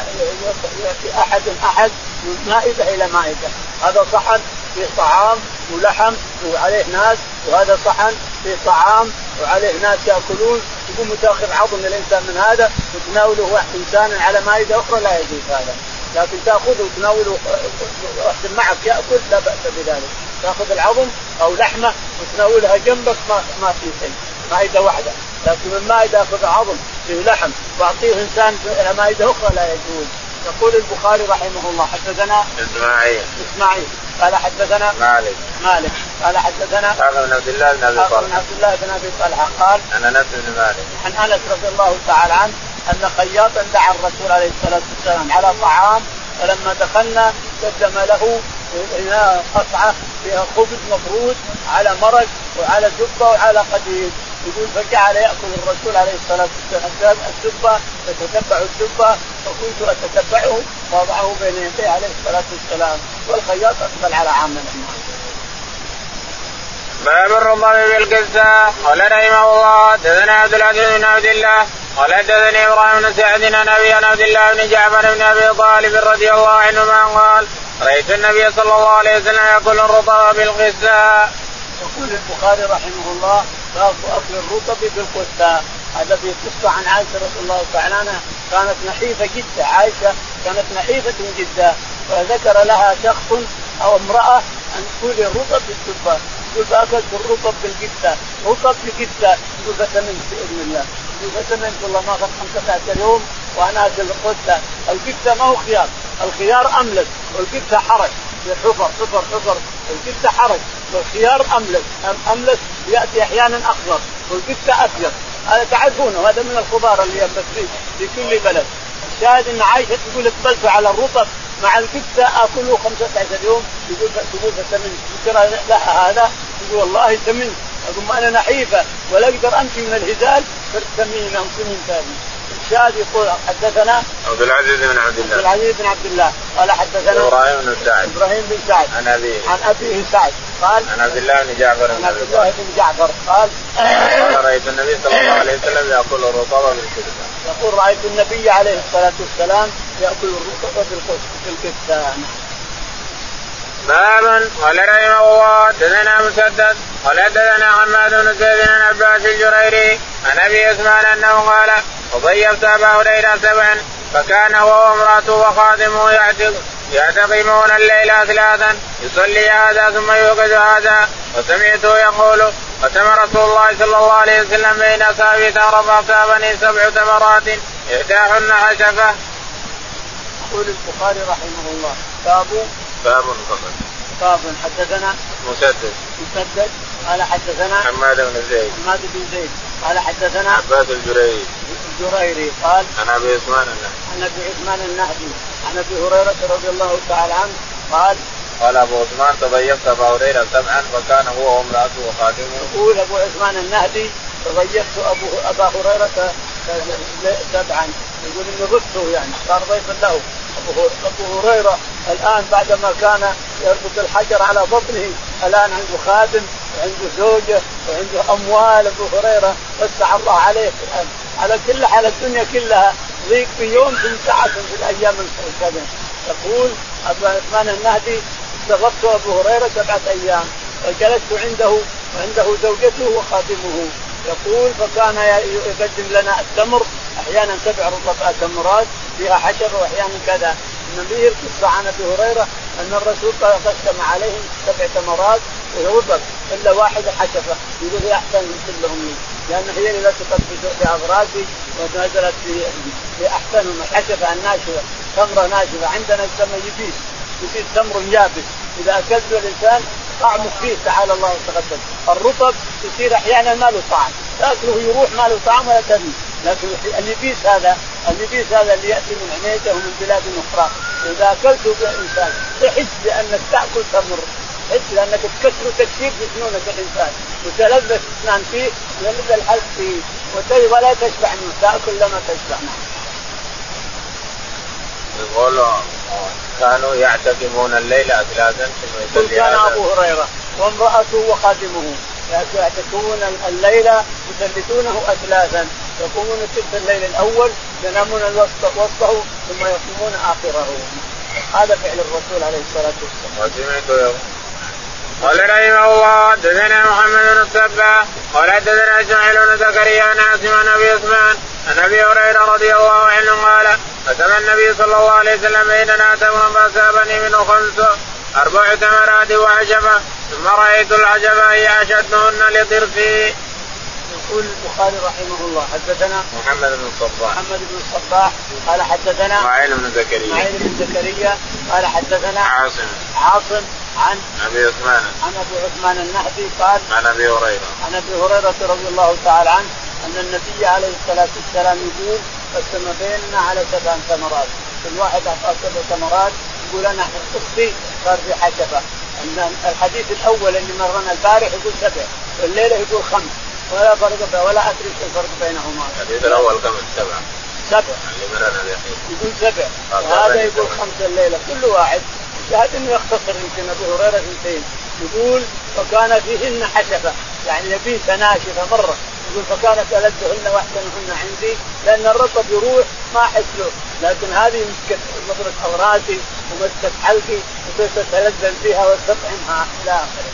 يأتي أحد من مائدة إلى مائدة. هذا صحن فيه طعام ولحم وعليه ناس، وهذا صحن فيه طعام وعليه ناس يأكلون، يقوم تأخذ عظم الإنسان من هذا وتناوله واحد إنسان على مائدة أخرى لا يجوز هذا، لكن تأخذه وتناوله واحد معك يأكل لا بأس بذلك. تأخذ العظم أو لحمة وتناولها جنبك ما في شيء، مائدة واحدة. لكن من مائدة أخذ عظم فيه لحم وأعطيه إنسان على مائدة أخرى لا يجوز. يقول البخاري رحمه الله حدثنا إسماعيل قال حدثنا مالك قال حدثنا بن عبد الله بن أبي طلحة قال عن أنس بن مالك عن أنس رضي الله تعالى عنه أن خياطا دعا الرسول عليه الصلاة والسلام على طعام، فلما دخلنا قدم له قطعة فيها خبز مفروض على مرق وعلى دبة وعلى قديد. يقول فجعل يأكل الرسول عليه الصلاة والسلام الدبة، فتتبع الدبة فكنت أتتبعه وضعه بين يديه عليه الصلاة والسلام، والخياط أقبل على عامل. باب الرطب بالقزة. قال رحمه الله حدثنا عبد العزيز بن عبد الله قال حدثني إبراهيم بن سعد عن أبي عن عبد الله بن جعفر بن أبي طالب رضي الله عنهما قال رأيت النبي صلى الله عليه وسلم يأكل الرطب بالقزة. يقول البخاري رحمه الله باب أكل الرطب بالقزة. هذا في قصة عن عائشة رضي الله تعالى عنها كانت نحيفة جدا، عائشة كانت نحيفة جدا، فذكر لها شخص أو امرأة أن تقول الرطب بالدبة، يقول فأكلت الرطب بالقزة، رطب بالقزة، يقول فتمنت بإذن الله، يقول فتمنت والله ما أخذ 15 يوم وأنا أكل القزة. القزة ما هو خيار، الخيار أملس والقزة حرج، حفر القزة حرج والخيار أملس يأتي أحيانا أخضر والقزة أبيض، هذا تعرفونه، هذا من الخضار اللي ينبت في كل بلد. الشاهد أن عائشة تقول اقبلت على الرطب مع القزة أكله 15 يوم، يقول فتمنت، ترى لها هذا، يقول والله تمنت، أقول أنا نحيفة ولا أقدر أمشي من الهزال فارتمين أمشي من ثاني. الشاهد يقول حدثنا عبد العزيز بن عبد الله قال حدثنا إبراهيم بن سعد عن أبيه سعد قال عن عبد الله بن جعفر قال رأيت النبي صلى الله عليه وسلم يأكل الرطب بالقزة. يقول رأيت النبي عليه الصلاة والسلام يأكل الرطب بالقزة. باب. قال رحمه الله حدثنا مسدد قال حدثنا حماد بن زيد عن عباس الجريري عن ابي عثمان انه قال وضيفت ابا هريره 7 فكان هو وامراته وخادمه يعتقمون الليل 3 يصلي هذا ثم يوقظ هذا وسمعته يقول ختم رسول الله صلى الله عليه وسلم بين اصحابه تمر فاصابني 7 تمرات احداهن حشفه. يقول البخاري رحمه الله باب حدثنا مسدد قال حدثنا حماد بن زيد قال حدثنا عباس الجريري قال عن ابي عثمان النهدي عن ابي هريره رضي الله تعالى عنه قال ابو عثمان تضيفت ابا هريره 7 فكان هو وامراته وخادمه. يقول ابو عثمان النهدي تضيفت ابا هريره 7 يقول اني ضفته يعني صار ضيفا له. ابو هريره الان بعدما كان يربط الحجر على بطنه الان عنده خادم وعنده زوجه وعنده اموال. ابو هريره وسع الله عليه على كل حال الدنيا كلها ضيق في يوم في ساعه في الايام القادمه. يقول ابو عثمان النهدي استضفت ابو هريره 7 أيام وجلست عنده زوجته وخادمه. يقول فكان يقدم لنا التمر احيانا 7 رطب تمرات فيها حشر واحيانا كذا. النبي القصه عن ابي هريره ان الرسول قسم عليهم 7 تمرات ورطب الا واحده حشفه يقول هي احسن من كلهم لان هي اللي لصقت في اغراضي ونزلت في احسنهم الحشفه الناشفه تمره ناشفه. عندنا يسمى يبيس تمر يابس اذا اكلته الانسان طعمه فيه تعالى الله وتقدم. الرطب يصير احيانا ما له طعم تاكله يروح ما له طعم ولا تبي. لكن اليبيس هذا اللي ياتي من عنيته ومن بلاد اخرى اذا اكلته الانسان تحس بانك تاكل تمر تحس لانك تكسر تكسير في سنونك الانسان وتلذذ اسنان فيه ولذ الحلق فيه ولا تشبع منه تاكل لما تشبع منه. يقول كانوا يعتكفون الليل 3 كان ابو هريره وامراته وخادمه يعتكفون الليل يثلثونه 3 يقومون ثلث الليل الاول ينامون وسطه ثم يقومون اخره. هذا فعل الرسول عليه الصلاه والسلام. قال رحمه الله حدثنا محمد بن الصباح قال حدثنا اسماعيل بن زكريا عن عاصم عن ابي عثمان عن ابي هريره رضي الله عنه قال ختم النبي صلى الله عليه وسلم بيننا تمرا فاصابني منه 4 تمرات وعجبه ثم رايت العجبه هي اشدهن لضرسي. يقول البخاري رحمه الله حدثنا محمد بن الصباح قال حدثنا اسماعيل بن زكريا قال حدثنا عاصم عن ابي عثمان النهدي قال عن ابي هريره رضي الله تعالى عنه ان النبي عليه الصلاه والسلام يقول قسم بيننا على 7 تمرات كل واحد اعطاه 7 تمرات يقول انا قصتي صار في حشفه. ان الحديث الاول اللي مرنا البارح يقول 7 والليله يقول 5 ولا فرق ولا ادري الفرق بينهما. الحديث الاول كم 7 اللي مرنا يقول 7 وهذا يقول 5 الليله كل واحد شاهد انه يختصر يمكن ابو هريره 2 يقول فكان فيهن حشفه يعني يبيس ناشفه مره يقول فكانت ألذهن واحسنهن عندي لان الرطب يروح ما احس له لكن هذه مسكت نظره اغراضي ومسكت حلقي وتتلذذ فيها وتطعمها الى اخره.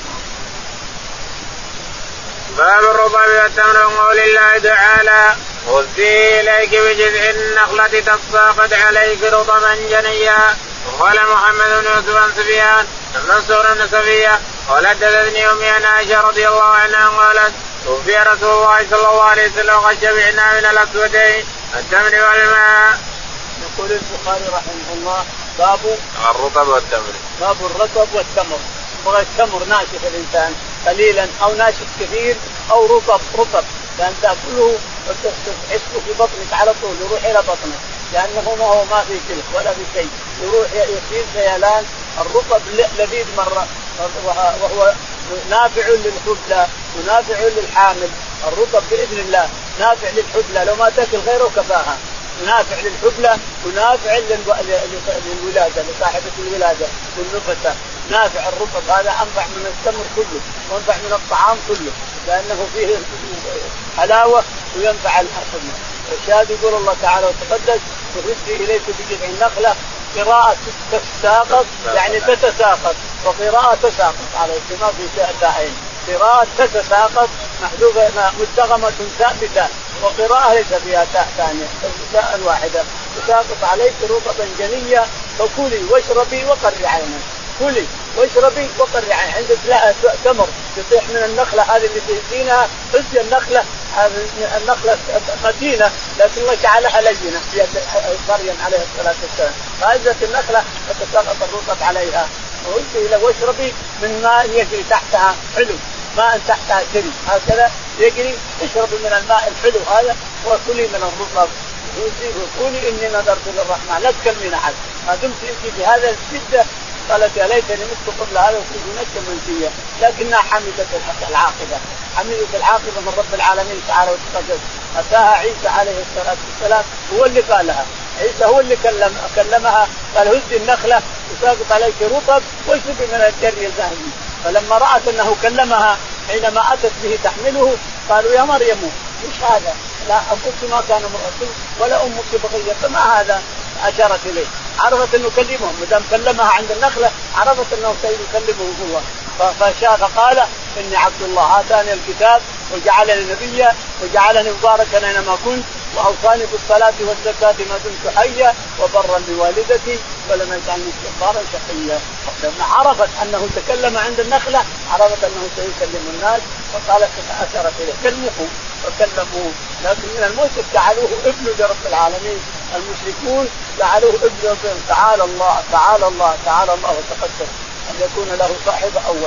باب الرطب والتمر وقول الله تعالى هزي اليك بجذع النخله تساقط عليك رطبا جنيا. وقال محمد بن يوسف عن سفيان عن منصور بن صفيه قال حدثتني امي عن عائشه رضي الله عنها قالت توفي رسول الله صلى الله عليه وسلم وقد شبعنا من الاسودين التمر والماء. يقول البخاري رحمه الله باب الرطب والتمر. باب الرطب والتمر. يبغى التمر ناشف الانسان قليلا او ناشف كثير او رطب لان تاكله وتحسه في بطنك على طول يروح الى بطنك لانه ما في كلك ولا في شيء يروح يصير سيلان. الرطب لذيذ مره وهو نافع للحبلى ونافع للحامل. الرطب باذن الله نافع للحبلى لو ما تاكل غيره كفاها نافع للحبلى ونافع للولاده لصاحبه الولاده والنفسه. نافع الرطب هذا انفع من التمر كله وانفع من الطعام كله لانه فيه حلاوه وينفع الاكل. الشاهد يقول الله تعالى وتقدس تهزي اليك بجذع النخله قراءة تتساقط يعني تتساقط وقراءة تساقط على الاجتماع في شيئين. قراءة تتساقط محذوفة مدغمة ثابتة، وقراءة ليس فيها تاء ثانية تاء واحدة. تساقط عليك رطبا جنيا فكلي واشربي وقري عينك. كلي واشربي وقري عينك. عندك لا تمر يطيح من النخلة هذه اللي تهدينها، هز النخلة، النخلة متينة لكن الله جعلها لينة في يد مريم عليه الصلاة والسلام، فهزت النخلة فتساقط الرطب عليها. وقلت إلى واشربي من ماء يجري تحتها حلو، ماء تحتها جري هكذا يجري، اشربي من الماء الحلو هذا وكلي من الرطب وقولي إني نذرت للرحمن لا تكلمين أحد ما دمت أنت بهذا الشدة. قالت يا ليتني مت قبل هذا وكنت نفسا منسيا، لكنها حمدت العاقبة، حمدت العاقبة من رب العالمين تعالى وتقدس. أتاها عيسى عليه الصلاة والسلام هو اللي قالها، عيسى هو اللي كلمها قال هزي النخلة تساقط عليك رطب واشربي من الجري الذهبي. فلما رأت أنه كلمها حينما أتت به تحمله قالوا يا مريم إيش هذا؟ لا أقلت ما كان امرأة ولا أمك بغية، فما هذا؟ أشارت إليه، عرفت أنه كلمه، مدام كلمها عند النخلة عرفت أنه سيكلمه هو. فقال إني عبد الله آتاني الكتاب وجعلني نبيا وجعلني مباركا أينما كنت وأوصاني بالصلاة والزكاة ما دمت حيا وبرا بوالدتي ولم يجعلني جبارا شقيا. لما عرفت أنه تكلم عند النخلة عرفت أنه سيكلم الناس فقالت أشارت إليه كلمه وكلموه. لكن من الموسف جعلوه ابن رب العالمين، المشركون جعلوه ابن رب. تعالى الله تعالى الله تعالى الله وتقدس أن يكون له صاحب أولا.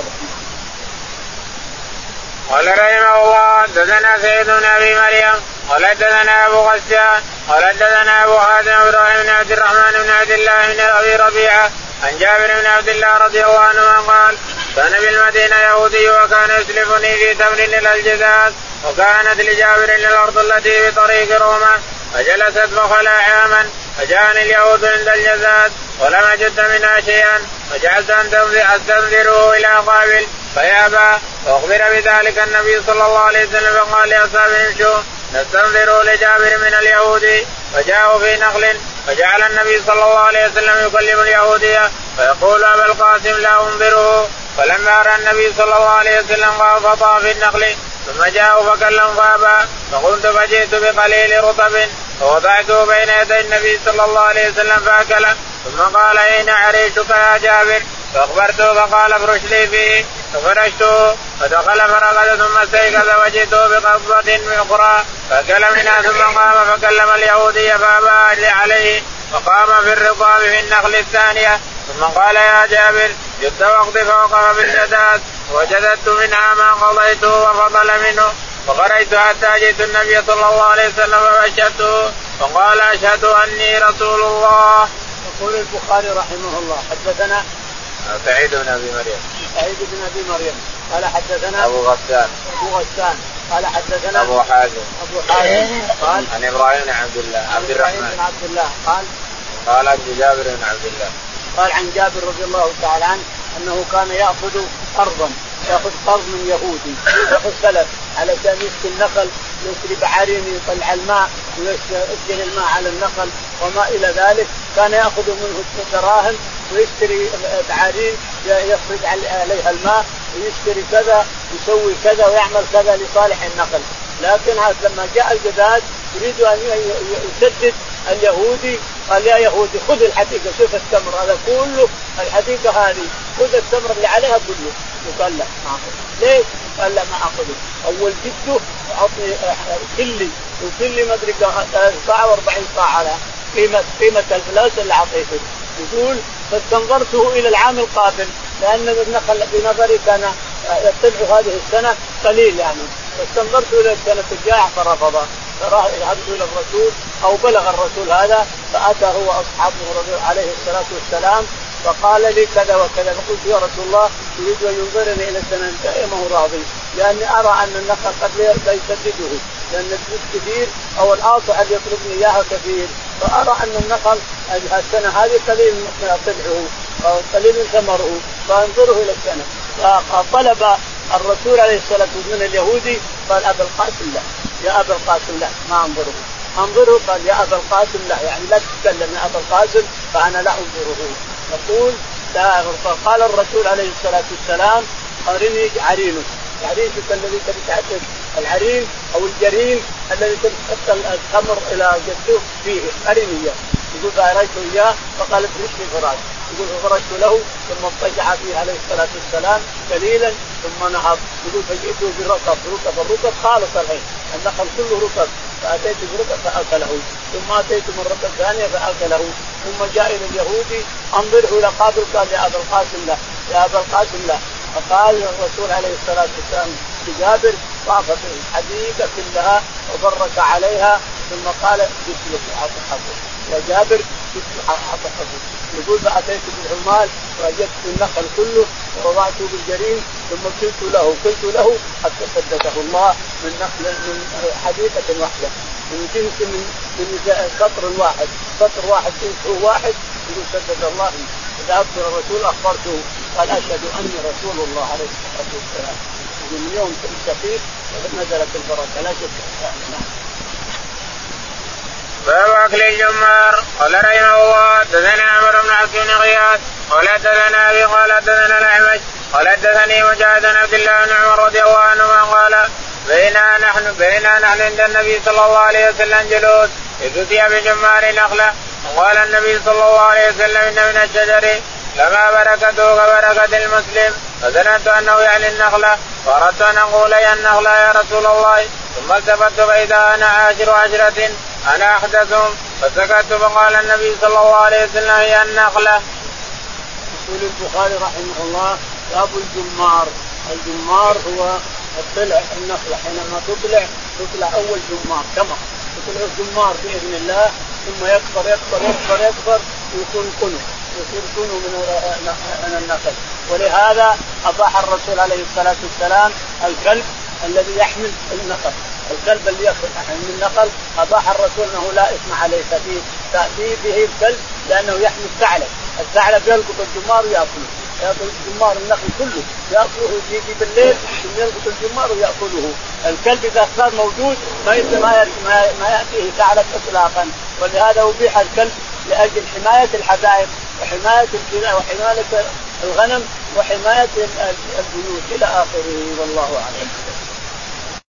قال رحمه الله حدثنا سعيد بن ابي مريم قال حدثنا ابو غسان قال حدثنا ابو حاتم ابراهيم بن عبد الرحمن بن عبد الله بن ابي ربيعه عن جابر بن عبد الله رضي الله عنه قال كان بالمدينه يهودي وكان يسلفني في تمر الى الجزاز وكانت لجابر الارض التي بطريق روما فجلست فخلع عاما فجاءني اليهود عند الجزاز ولم اجد منها شيئا فجعلت استنذره الى قابل فيابى فأخبر بذلك النبي صلى الله عليه وسلم فقال لأصحابه امشوا نستنذروا لجابر من اليهود. فجاءوا في نخل فجعل النبي صلى الله عليه وسلم يكلم اليهودية فيقول أبا القاسم لا أنذره. فلما رأى النبي صلى الله عليه وسلم فطاف في النخل ثم جاءوا فكلم فابى فقلت فجئت بقليل رطب فوضعته بين يدي النبي صلى الله عليه وسلم فأكل ثم قال أين عريشك يا جابر؟ فأخبرته فقال افرش لي فيه ففرشته فدخل فرقد ثم استيقظ وجئته بقبضة أخرى فأكل منها ثم قام فكلم اليهودي فأبى عليه فقام في الرطاب في النخل الثانية ثم قال يا جابر جئت وقت فوقف بالجداد وجددت منها ما قضيته وفضل منه فخرجت حتى جئت النبي صلى الله عليه وسلم فبشرته فقال أشهد أني رسول الله. يقول البخاري رحمه الله حدثنا سعيد بن ابي مريم قال حدثنا ابو غسان قال حدثنا ابو حازم قال عن ابراهيم بن عبد الله قال عن جابر بن عبد الله قال عن جابر رضي الله تعالى عنه انه كان ياخذ قرض من يهودي ياخذ سلف علشان يسقي النخل يسري بعارين يطلع الماء ويسقي الماء على النخل وما الى ذلك. كان ياخذ منه دراهم ويشتري بعارين يخرج عليها الماء ويشتري كذا يسوي كذا ويعمل كذا لصالح النخل. لكن لما جاء الجداد يريد ان يسدد اليهودي قال يا يهودي خذ الحديقه شوف التمر هذا كله الحديقه هذه خذ التمر اللي عليها كله. قال لا ما اخذ. ليه؟ قال لا ما اخذه. اول جده اعطني كلي ما ادري 43 صاع على قيمه الفلوس اللي اعطيته. يقول فاستنظرته الى العام القابل لان النخل بنظري كان يطلع هذه السنه قليل يعني فاستنظرته الى السنه الجايه فرفض. فراح يذهب الى الرسول او بلغ الرسول هذا فاتى هو اصحابه عليه الصلاه والسلام فقال لي كذا وكذا. فقلت يا رسول الله يريد ان ينظرني الى السنه الجايه ما هو راضي لاني ارى ان النخل قد لا يسدده لان الفلوس كثير او القاطع اللي يطلبني اياها كثير فارى ان النخل السنه هذه قليل طلعه او قليل ثمره فانظره الى السنه. فطلب الرسول عليه الصلاه والسلام من اليهودي قال ابا القاسم لا يا ابا القاسم لا ما انظره قال يا ابا القاسم لا يعني لا تتكلم يا ابا القاسم فانا لا انظره. يقول فقال الرسول عليه الصلاه والسلام ارني عرينك الذي تبتعد العرين أو الجرين الذي تحط الخمر إلى جدوك فيه عرينية. يقول فأريته إياه فقال افرش في فراش. يقول ففرشت له ثم اضطجع فيه عليه الصلاة والسلام قليلا ثم نهض. يقول فجئته برطب الرطب خالص الحين النخل كله رطب فأتيت برطب فأكله ثم أتيت مرة ثانية فأكله ثم جاء إلى اليهودي أنظره إلى قابل قال يا أبا القاسم لا يا أبا القاسم لا. فقال الرسول عليه الصلاة والسلام لجابر طاف بالحديقة كلها وبرك عليها ثم قال جبت لك حقه يا جابر جبت حقه. يقول فأتيت بالعمال وأجدت النخل كله ووضعته بالجرين ثم قلت له حتى صدقه الله من نخل من حديقة واحدة من جنس من سطر واحد جنسه واحد. يقول صدق الله. ذهبت إلى الرسول أخبرته قال أشهد أني رسول الله عليه الصلاة والسلام. من يوم تستفيد نزلت البركة لا شك. باب أكل الجمار. قال رحمه الله حدثنا عمرو بن عبد بن غياث قال حدثنا أبي قال حدثنا الأعمش قال حدثني مجاهد بن عبد الله بن عمر رضي الله عنهما قال بينا نحن عند النبي صلى الله عليه وسلم جلوس إذ أتي بجمار نخلة وقال النبي صلى الله عليه وسلم إن من الشجر لما بركته كبركة المسلم فظننت أنه يعني النخلة فأردت أن أقول يا النخلة يا رسول الله ثم التفت فإذا أنا عاشر عشرة أنا أحدثهم فسكت فقال النبي صلى الله عليه وسلم يا النخلة. يقول البخاري رحمه الله باب الجمار. الجمار هو الطلع النخلة حينما تطلع أول جمار تمر تطلع الجمار بإذن الله ثم يكبر ويكون كنو من النخل. ولهذا أباح الرسول عليه الصلاة والسلام الكلب الذي يحمل النخل. الكلب اللي يحمل النخل أباح الرسول أنه لا إثم عليه تأتي به الكلب لأنه يحمل الثعلب يلقط الجمار ويأكله يأكل الجمار النخل كله يأكله يجي بالليل ثم يلقط الجمار ويأكله. الكلب إذا صار موجود ما يأتيه ثعلب إطلاقا. ولهذا أبيح الكلب لأجل حماية الحدائق وحماية الغنم وحماية البيوت إلى آخره والله أعلم.